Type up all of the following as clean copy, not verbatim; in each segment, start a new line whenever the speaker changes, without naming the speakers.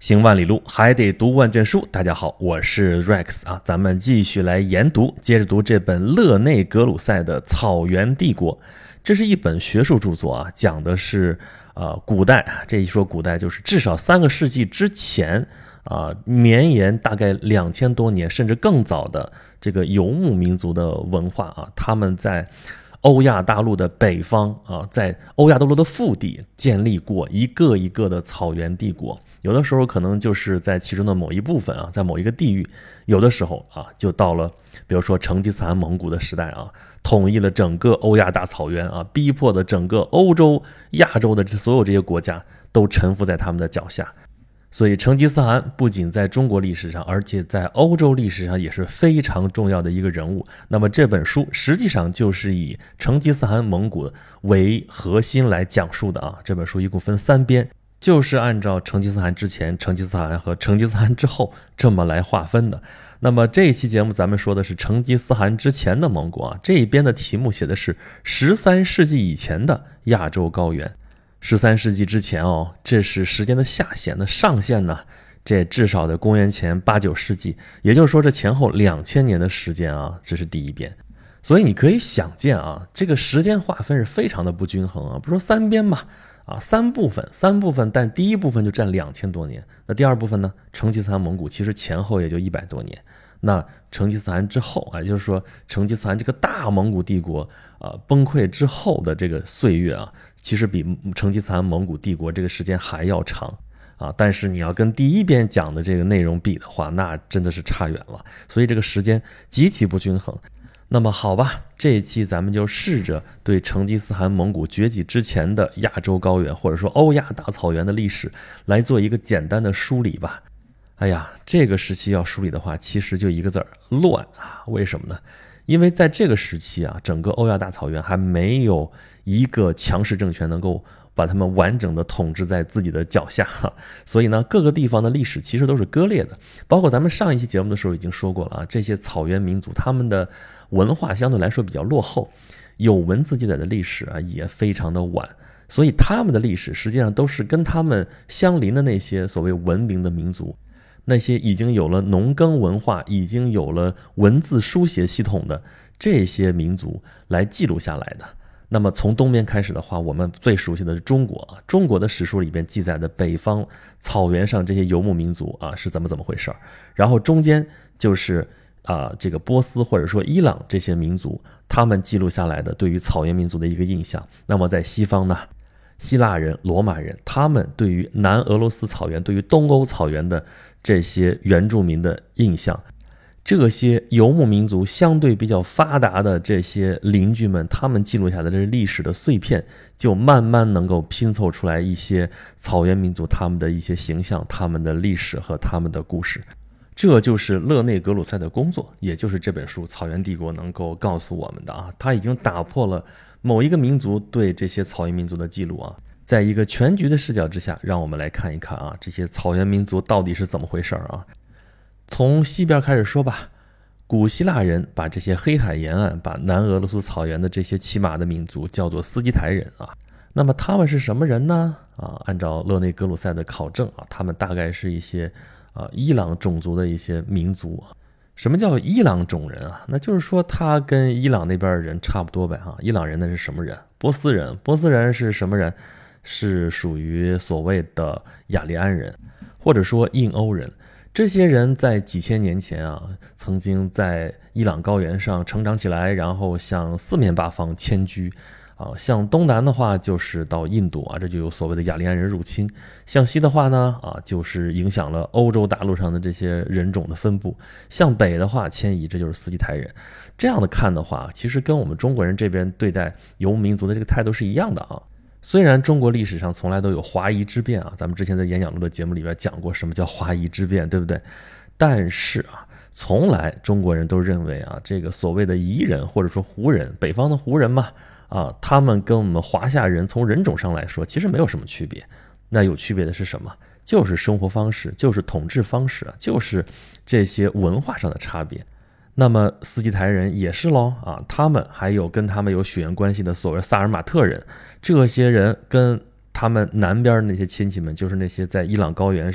行万里路，还得读万卷书。大家好，我是 Rex 啊，咱们继续来研读，接着读这本勒内·格鲁塞的《草原帝国》。这是一本学术著作啊，讲的是古代，这一说古代就是至少3个世纪之前绵延大概2000多年甚至更早的这个游牧民族的文化啊，他们在欧亚大陆的北方啊，在欧亚大陆的腹地建立过一个一个的草原帝国。有的时候可能就是在其中的某一部分啊，在某一个地域，有的时候啊，就到了比如说成吉思汗蒙古的时代啊，统一了整个欧亚大草原啊，逼迫的整个欧洲、亚洲的所有这些国家都臣服在他们的脚下。所以成吉思汗不仅在中国历史上，而且在欧洲历史上也是非常重要的一个人物。那么这本书实际上就是以成吉思汗蒙古为核心来讲述的啊。这本书一共分3编，就是按照成吉思汗之前、成吉思汗和成吉思汗之后这么来划分的。那么这一期节目咱们说的是成吉思汗之前的蒙古啊，这一边的题目写的是13世纪以前的亚洲高原。13世纪之前哦，这是时间的下限，那上限呢？这至少在公元前8、9世纪，也就是说这前后2000年的时间啊，这是第一编。所以你可以想见啊，这个时间划分是非常的不均衡啊。不说3编嘛，3部分，但第一部分就占2000多年，那第二部分呢？成吉思汗蒙古其实前后也就100多年。那成吉思汗之后啊，也就是说成吉思汗这个大蒙古帝国崩溃之后的这个岁月啊，其实比成吉思汗蒙古帝国这个时间还要长啊。但是你要跟第一编讲的这个内容比的话，那真的是差远了。所以这个时间极其不均衡。那么好吧，这一期咱们就试着对成吉思汗蒙古崛起之前的亚洲高原或者说欧亚大草原的历史来做一个简单的梳理吧。哎呀，这个时期要梳理的话，其实就一个字儿，乱啊！为什么呢？因为在这个时期啊，整个欧亚大草原还没有一个强势政权能够把他们完整的统治在自己的脚下，所以呢，各个地方的历史其实都是割裂的。包括咱们上一期节目的时候已经说过了啊，这些草原民族他们的文化相对来说比较落后，有文字记载的历史啊也非常的晚。所以他们的历史实际上都是跟他们相邻的那些所谓文明的民族，那些已经有了农耕文化、已经有了文字书写系统的这些民族来记录下来的。那么从东边开始的话，我们最熟悉的是中国啊，中国的史书里边记载的北方草原上这些游牧民族啊是怎么回事，然后中间就是这个波斯或者说伊朗这些民族，他们记录下来的对于草原民族的一个印象。那么在西方呢，希腊人、罗马人，他们对于南俄罗斯草原、对于东欧草原的这些原住民的印象，这些游牧民族相对比较发达的这些邻居们，他们记录下来的历史的碎片，就慢慢能够拼凑出来一些草原民族他们的一些形象、他们的历史和他们的故事。这就是勒内·格鲁塞的工作，也就是这本书《草原帝国》能够告诉我们的啊，他已经打破了某一个民族对这些草原民族的记录啊，在一个全局的视角之下，让我们来看一看啊，这些草原民族到底是怎么回事啊。从西边开始说吧，古希腊人把这些黑海沿岸、把南俄罗斯草原的这些骑马的民族叫做斯基台人啊。那么他们是什么人呢？按照勒内·格鲁塞的考证啊，他们大概是一些伊朗种族的一些民族。什么叫伊朗种人啊？那就是说他跟伊朗那边的人差不多呗啊。伊朗人那是什么人？波斯人。波斯人是什么人？是属于所谓的雅利安人，或者说印欧人。这些人在几千年前啊，曾经在伊朗高原上成长起来，然后向四面八方迁居向东南的话就是到印度啊，这就有所谓的雅利安人入侵。向西的话呢就是影响了欧洲大陆上的这些人种的分布。向北的话迁移，这就是斯基台人。这样的看的话，其实跟我们中国人这边对待游牧民族的这个态度是一样的啊。虽然中国历史上从来都有华夷之辩啊，咱们之前在演讲录的节目里边讲过什么叫华夷之辩，对不对？但是从来中国人都认为这个所谓的夷人或者说胡人，北方的胡人嘛他们跟我们华夏人从人种上来说其实没有什么区别。那有区别的是什么？就是生活方式，就是统治方式就是这些文化上的差别。那么斯基台人也是咯他们还有跟他们有血缘关系的所谓萨尔马特人，这些人跟他们南边的那些亲戚们，就是那些在伊朗高原上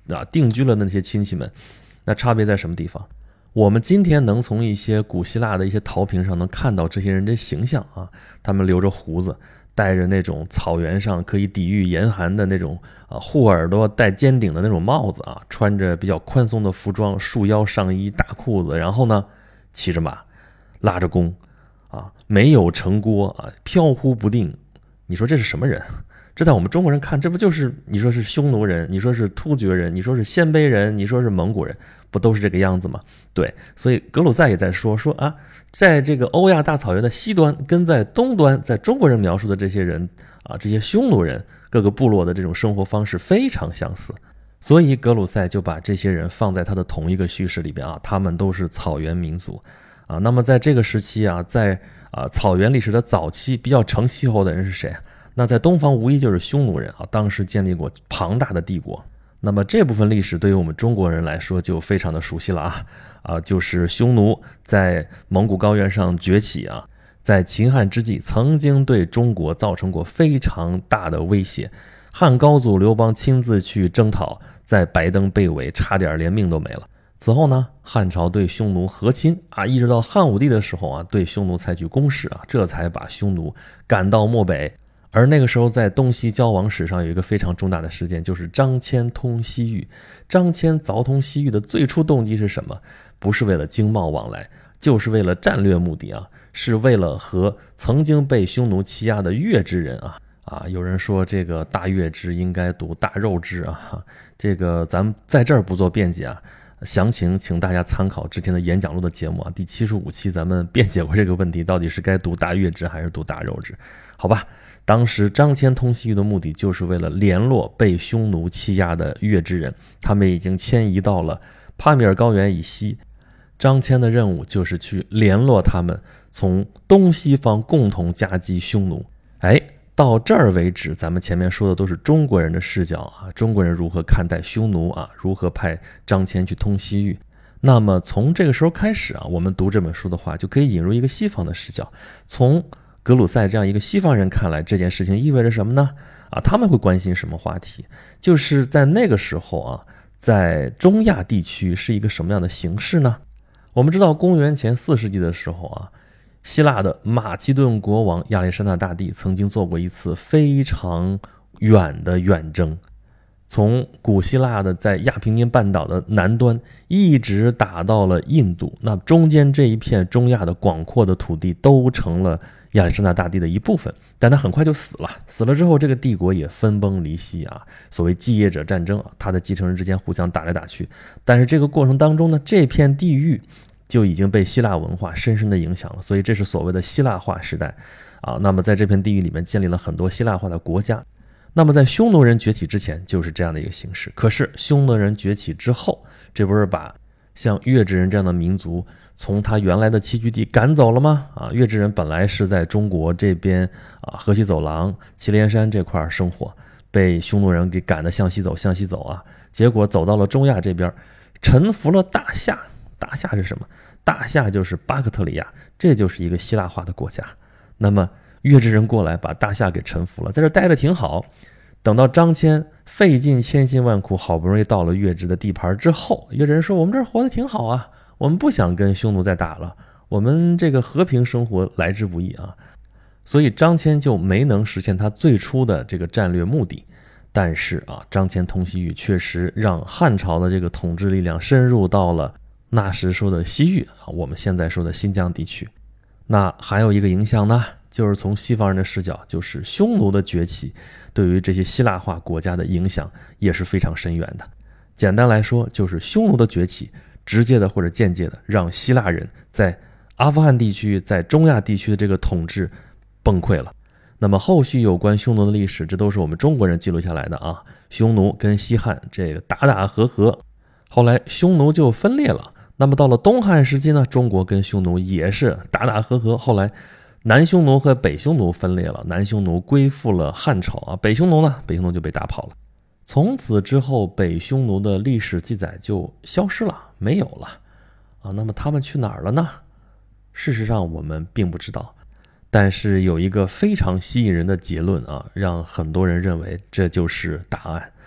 定居了的那些亲戚们。那差别在什么地方？我们今天能从一些古希腊的一些陶瓶上能看到这些人的形象啊，他们留着胡子，戴着那种草原上可以抵御严寒的那种护耳朵带尖顶的那种帽子啊，穿着比较宽松的服装，束腰上衣大裤子，然后呢骑着马，拉着弓没有城郭飘忽不定。你说这是什么人？这在我们中国人看，这不就是你说是匈奴人，你说是突厥人，你说是鲜卑人，你说是蒙古人，不都是这个样子吗？对，所以格鲁赛也在说在这个欧亚大草原的西端跟在东端，在中国人描述的这些人这些匈奴人各个部落的这种生活方式非常相似，所以格鲁赛就把这些人放在他的同一个叙事里边他们都是草原民族那么在这个时期在草原历史的早期比较成气候的人是谁？那在东方无疑就是匈奴人当时建立过庞大的帝国。那么这部分历史对于我们中国人来说就非常的熟悉了就是匈奴在蒙古高原上崛起在秦汉之际曾经对中国造成过非常大的威胁。汉高祖刘邦亲自去征讨，在白登被围，差点连命都没了。此后呢，汉朝对匈奴和亲一直到汉武帝的时候对匈奴采取攻势这才把匈奴赶到漠北。而那个时候在东西交往史上有一个非常重大的事件，就是张骞通西域。张骞凿通西域的最初动机是什么？不是为了经贸往来，就是为了战略目的是为了和曾经被匈奴欺压的越之人有人说这个大越之应该读大肉之这个咱们在这儿不做辩解详情请大家参考之前的演讲录的节目第75期咱们辩解过这个问题，到底是该读大越之还是读大肉之。好吧，当时张骞通西域的目的就是为了联络被匈奴欺压的越之人，他们已经迁移到了帕米尔高原以西。张骞的任务就是去联络他们，从东西方共同夹击匈奴。到这儿为止，咱们前面说的都是中国人的视角中国人如何看待匈奴如何派张骞去通西域。那么从这个时候开始我们读这本书的话，就可以引入一个西方的视角。从格鲁赛这样一个西方人看来，这件事情意味着什么呢？他们会关心什么话题？就是在那个时候在中亚地区是一个什么样的形势呢？我们知道公元前4世纪的时候希腊的马其顿国王亚历山大大帝曾经做过一次非常远的远征，从古希腊的在亚平宁半岛的南端一直打到了印度，那中间这一片中亚的广阔的土地都成了亚历山大大帝的一部分。但他很快就死了，死了之后这个帝国也分崩离析所谓继业者战争他的继承人之间互相打来打去。但是这个过程当中呢，这片地域就已经被希腊文化深深的影响了，所以这是所谓的希腊化时代那么在这片地域里面建立了很多希腊化的国家。那么在匈奴人崛起之前就是这样的一个形式，可是匈奴人崛起之后，这不是把像越之人这样的民族从他原来的栖居地赶走了吗？越之人本来是在中国这边河西走廊祁连山这块生活，被匈奴人给赶得向西走结果走到了中亚这边，臣服了大夏。大夏是什么？大夏就是巴克特里亚，这就是一个希腊化的国家。那么越之人过来把大夏给臣服了，在这待得挺好。等到张骞费尽千辛万苦，好不容易到了越之的地盘之后，越之人说我们这儿活得挺好我们不想跟匈奴再打了，我们这个和平生活来之不易所以张骞就没能实现他最初的这个战略目的。但是张骞通西域确实让汉朝的这个统治力量深入到了那时说的西域我们现在说的新疆地区。那还有一个影响呢，就是从西方人的视角，就是匈奴的崛起对于这些希腊化国家的影响也是非常深远的。简单来说，就是匈奴的崛起直接的或者间接的让希腊人在阿富汗地区在中亚地区的这个统治崩溃了。那么后续有关匈奴的历史，这都是我们中国人记录下来的匈奴跟西汉这个打打和和，后来匈奴就分裂了。那么到了东汉时期呢，中国跟匈奴也是打打和和，后来南匈奴和北匈奴分裂了，南匈奴归附了汉朝北匈奴就被打跑了。从此之后，北匈奴的历史记载就消失了，没有了那么他们去哪儿了呢？事实上我们并不知道，但是有一个非常吸引人的结论让很多人认为这就是答案，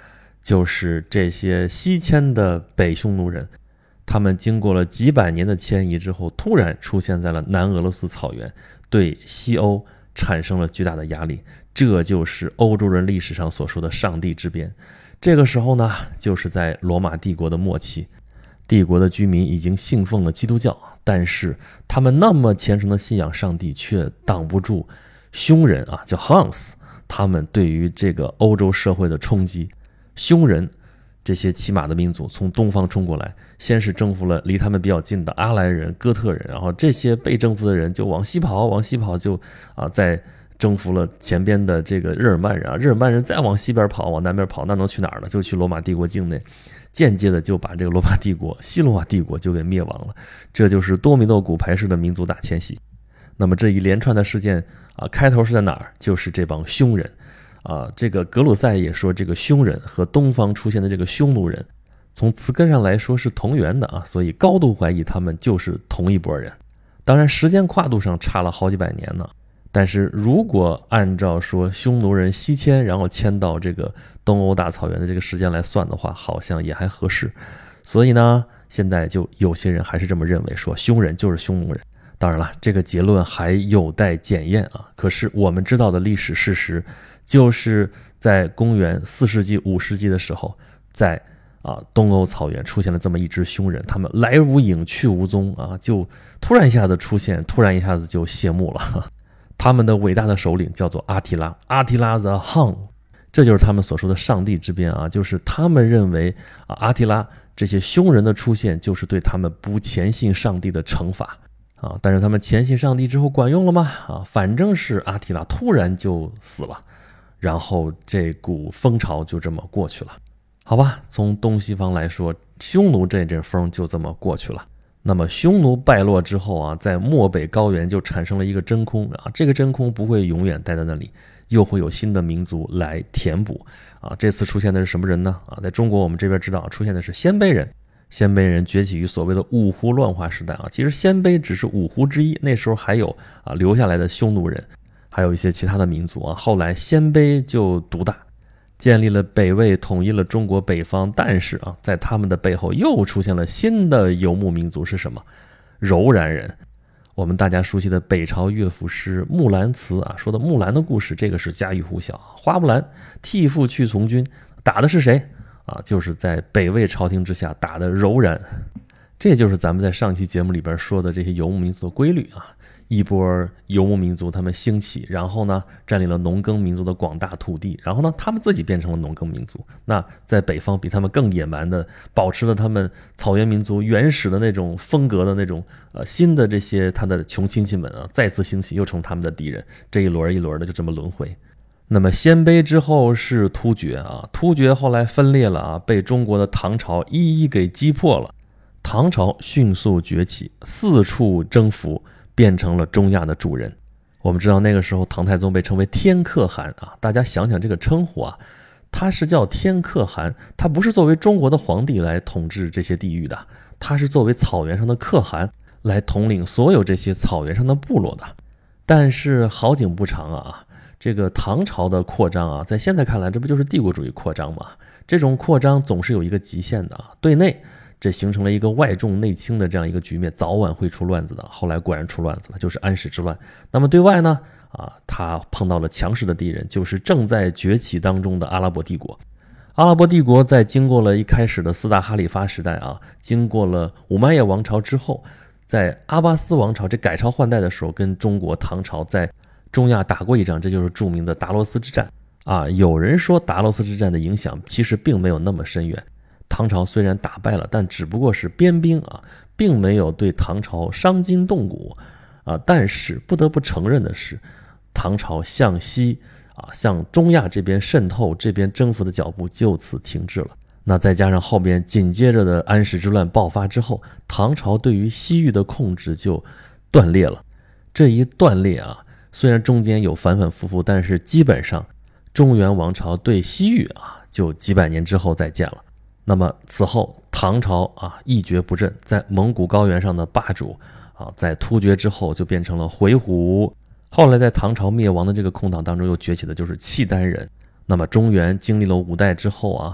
就是这些西迁的北匈奴人，他们经过了几百年的迁移之后，突然出现在了南俄罗斯草原，对西欧产生了巨大的压力。这就是欧洲人历史上所说的上帝之变。这个时候呢，就是在罗马帝国的末期，帝国的居民已经信奉了基督教，但是他们那么虔诚的信仰上帝，却挡不住匈人啊，叫 Huns， 他们对于这个欧洲社会的冲击。匈人这些骑马的民族从东方冲过来，先是征服了离他们比较近的阿兰人、哥特人，然后这些被征服的人就往西跑就在征服了前边的这个日耳曼人啊，日耳曼人再往西边跑，往南边跑，那能去哪儿呢？就去罗马帝国境内，间接的就把这个罗马帝国、西罗马帝国就给灭亡了。这就是多米诺骨牌式的民族大迁徙。那么这一连串的事件开头是在哪儿？就是这帮匈人这个格鲁赛也说，这个匈人和东方出现的这个匈奴人，从词根上来说是同源的所以高度怀疑他们就是同一拨人。当然，时间跨度上差了好几百年呢。但是如果按照说匈奴人西迁，然后迁到这个东欧大草原的这个时间来算的话，好像也还合适。所以呢，现在就有些人还是这么认为，说匈人就是匈奴人。当然了，这个结论还有待检验可是我们知道的历史事实，就是在公元4世纪、5世纪的时候，在东欧草原出现了这么一支匈人，他们来无影去无踪就突然一下子出现，突然一下子就谢幕了。他们的伟大的首领叫做阿提拉 the Hun， 这就是他们所说的上帝之变就是他们认为阿提拉这些匈人的出现就是对他们不虔信上帝的惩罚但是他们虔信上帝之后管用了吗？反正是阿提拉突然就死了，然后这股风潮就这么过去了。好吧，从东西方来说，匈奴这阵风就这么过去了。那么匈奴败落之后在漠北高原就产生了一个真空这个真空不会永远待在那里，又会有新的民族来填补这次出现的是什么人呢？在中国我们这边知道出现的是鲜卑人。鲜卑人崛起于所谓的五胡乱华时代其实鲜卑只是五胡之一，那时候还有留下来的匈奴人，还有一些其他的民族后来鲜卑就独大，建立了北魏，统一了中国北方。但是在他们的背后又出现了新的游牧民族，是什么？柔然人。我们大家熟悉的北朝乐府诗《木兰辞》说的木兰的故事，这个是家喻户晓。花木兰替父去从军，打的是谁就是在北魏朝廷之下打的柔然。这就是咱们在上期节目里边说的这些游牧民族的规律一波游牧民族他们兴起，然后呢占领了农耕民族的广大土地，然后呢他们自己变成了农耕民族。那在北方比他们更野蛮的，保持了他们草原民族原始的那种风格的那种新的这些他的穷亲戚们再次兴起，又成他们的敌人，这一轮一轮的就这么轮回。那么鲜卑之后是突厥突厥后来分裂了被中国的唐朝一一给击破了。唐朝迅速崛起，四处征服，变成了中亚的主人。我们知道那个时候唐太宗被称为天可汗大家想想这个称呼他是叫天可汗，他不是作为中国的皇帝来统治这些地域的，他是作为草原上的可汗来统领所有这些草原上的部落的。但是好景不长这个唐朝的扩张在现在看来这不就是帝国主义扩张吗？这种扩张总是有一个极限的对内这形成了一个外重内轻的这样一个局面，早晚会出乱子的。后来果然出乱子了，就是安史之乱。那么对外呢他碰到了强势的敌人，就是正在崛起当中的阿拉伯帝国。阿拉伯帝国在经过了一开始的四大哈里发时代经过了五麦叶王朝之后，在阿巴斯王朝这改朝换代的时候，跟中国唐朝在中亚打过一仗，这就是著名的达罗斯之战有人说达罗斯之战的影响其实并没有那么深远，唐朝虽然打败了，但只不过是边兵并没有对唐朝伤筋动骨但是不得不承认的是，唐朝向西向中亚这边渗透、这边征服的脚步就此停滞了。那再加上后边紧接着的安史之乱爆发之后，唐朝对于西域的控制就断裂了。这一断裂虽然中间有反反复复，但是基本上中原王朝对西域就几百年之后再见了。那么此后唐朝一蹶不振，在蒙古高原上的霸主在突厥之后就变成了回鹘，后来在唐朝灭亡的这个空档当中又崛起的就是契丹人。那么中原经历了5代之后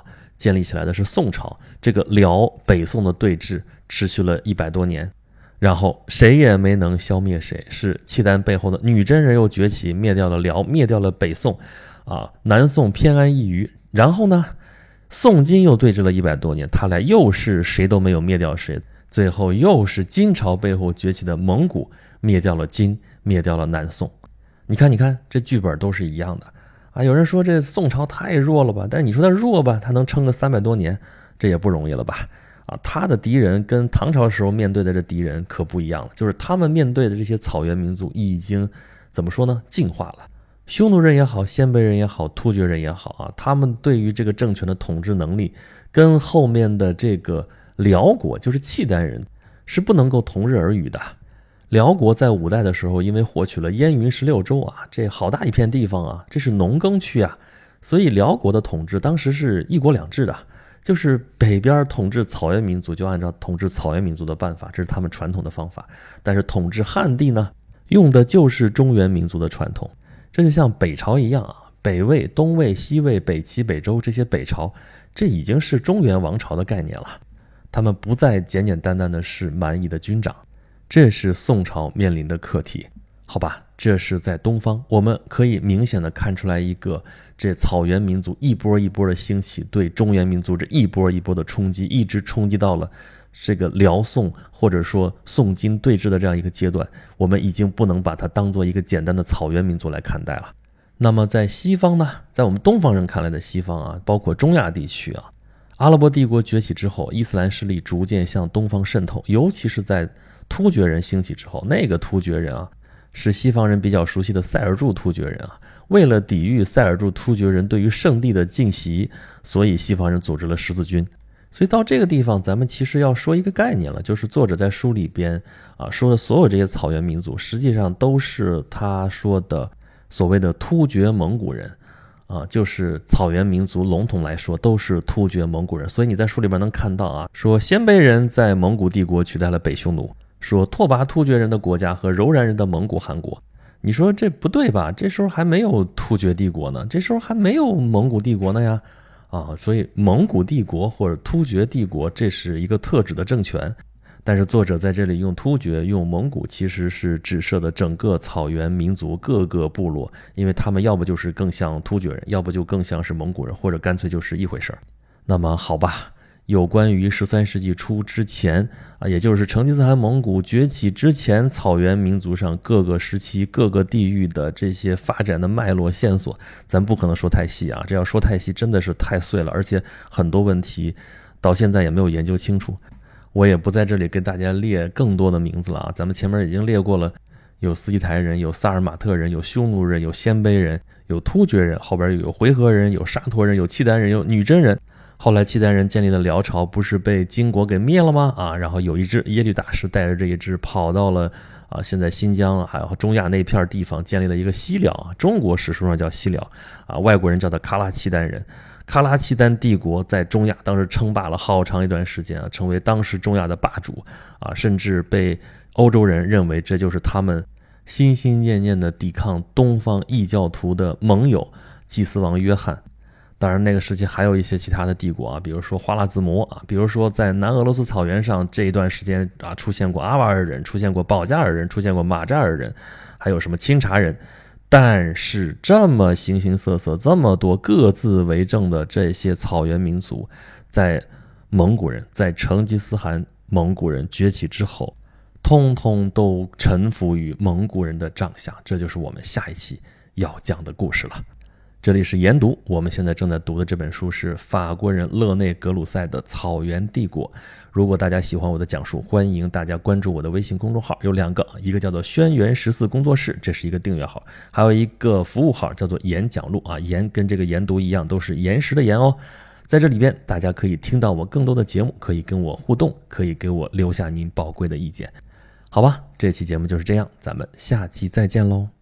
建立起来的是宋朝，这个辽北宋的对峙持续了100多年，然后谁也没能消灭谁，是契丹背后的女真人又崛起，灭掉了辽，灭掉了北宋，南宋偏安一隅。然后呢，宋金又对峙了100多年，他俩又是谁都没有灭掉谁，最后又是金朝背后崛起的蒙古灭掉了金，灭掉了南宋。你看这剧本都是一样的啊！有人说这宋朝太弱了吧，但是你说他弱吧，他能撑个300多年，这也不容易了吧？他的敌人跟唐朝时候面对的这敌人可不一样了，就是他们面对的这些草原民族已经怎么说呢？进化了。匈奴人也好，鲜卑人也好，突厥人也好他们对于这个政权的统治能力跟后面的这个辽国，就是契丹人，是不能够同日而语的。辽国在5代的时候，因为获取了燕云16州这好大一片地方这是农耕区所以辽国的统治当时是一国两制的，就是北边统治草原民族就按照统治草原民族的办法，这是他们传统的方法。但是统治汉地呢，用的就是中原民族的传统。这就像北朝一样北魏、东魏、西魏、北齐、北周这些北朝，这已经是中原王朝的概念了。他们不再简简单单的是蛮夷的军长，这是宋朝面临的课题。好吧，这是在东方，我们可以明显的看出来一个这草原民族一波一波的兴起，对中原民族这一波一波的冲击，一直冲击到了这个辽宋或者说宋金对峙的这样一个阶段，我们已经不能把它当做一个简单的草原民族来看待了。那么在西方呢，在我们东方人看来的西方包括中亚地区阿拉伯帝国崛起之后，伊斯兰势力逐渐向东方渗透，尤其是在突厥人兴起之后，那个突厥人是西方人比较熟悉的塞尔柱突厥人为了抵御塞尔柱突厥人对于圣地的进袭，所以西方人组织了十字军。所以到这个地方，咱们其实要说一个概念了，就是作者在书里边说的所有这些草原民族，实际上都是他说的所谓的突厥蒙古人就是草原民族笼统来说都是突厥蒙古人。所以你在书里边能看到说鲜卑人在蒙古帝国取代了北匈奴，说拓跋突厥人的国家和柔然人的蒙古汗国。你说这不对吧？这时候还没有突厥帝国呢，这时候还没有蒙古帝国呢呀所以蒙古帝国或者突厥帝国这是一个特指的政权，但是作者在这里用突厥用蒙古其实是指涉的整个草原民族各个部落，因为他们要不就是更像突厥人，要不就更像是蒙古人，或者干脆就是一回事儿。那么好吧，有关于13世纪初之前也就是成吉思汗蒙古崛起之前草原民族上各个时期各个地域的这些发展的脉络线索，咱不可能说太细这要说太细真的是太碎了，而且很多问题到现在也没有研究清楚。我也不在这里跟大家列更多的名字了咱们前面已经列过了，有斯基台人，有萨尔马特人，有匈奴人，有鲜卑人，有突厥人，后边有回纥人，有沙陀人，有契丹人，有女真人。后来契丹人建立了辽朝，不是被金国给灭了吗然后有一支耶律大师带着这一支跑到了现在新疆还有中亚那片地方，建立了一个西辽中国史书上叫西辽外国人叫他喀拉契丹人。喀拉契丹帝国在中亚当时称霸了好长一段时间成为当时中亚的霸主甚至被欧洲人认为这就是他们心心念念的抵抗东方异教徒的盟友祭司王约翰。当然那个时期还有一些其他的帝国比如说花剌子模比如说在南俄罗斯草原上这一段时间出现过阿瓦尔人，出现过保加尔人，出现过马扎尔人，还有什么钦察人。但是这么形形色色这么多各自为政的这些草原民族，在蒙古人在成吉思汗蒙古人崛起之后，通通都臣服于蒙古人的帐下，这就是我们下一期要讲的故事了。这里是研读，我们现在正在读的这本书是法国人勒内·格鲁塞的《草原帝国》。如果大家喜欢我的讲述，欢迎大家关注我的微信公众号，有2个，一个叫做轩辕14工作室，这是一个订阅号，还有一个服务号叫做演讲录研跟这个研读一样，都是岩石的岩哦。在这里边大家可以听到我更多的节目，可以跟我互动，可以给我留下您宝贵的意见。好吧，这期节目就是这样，咱们下期再见喽。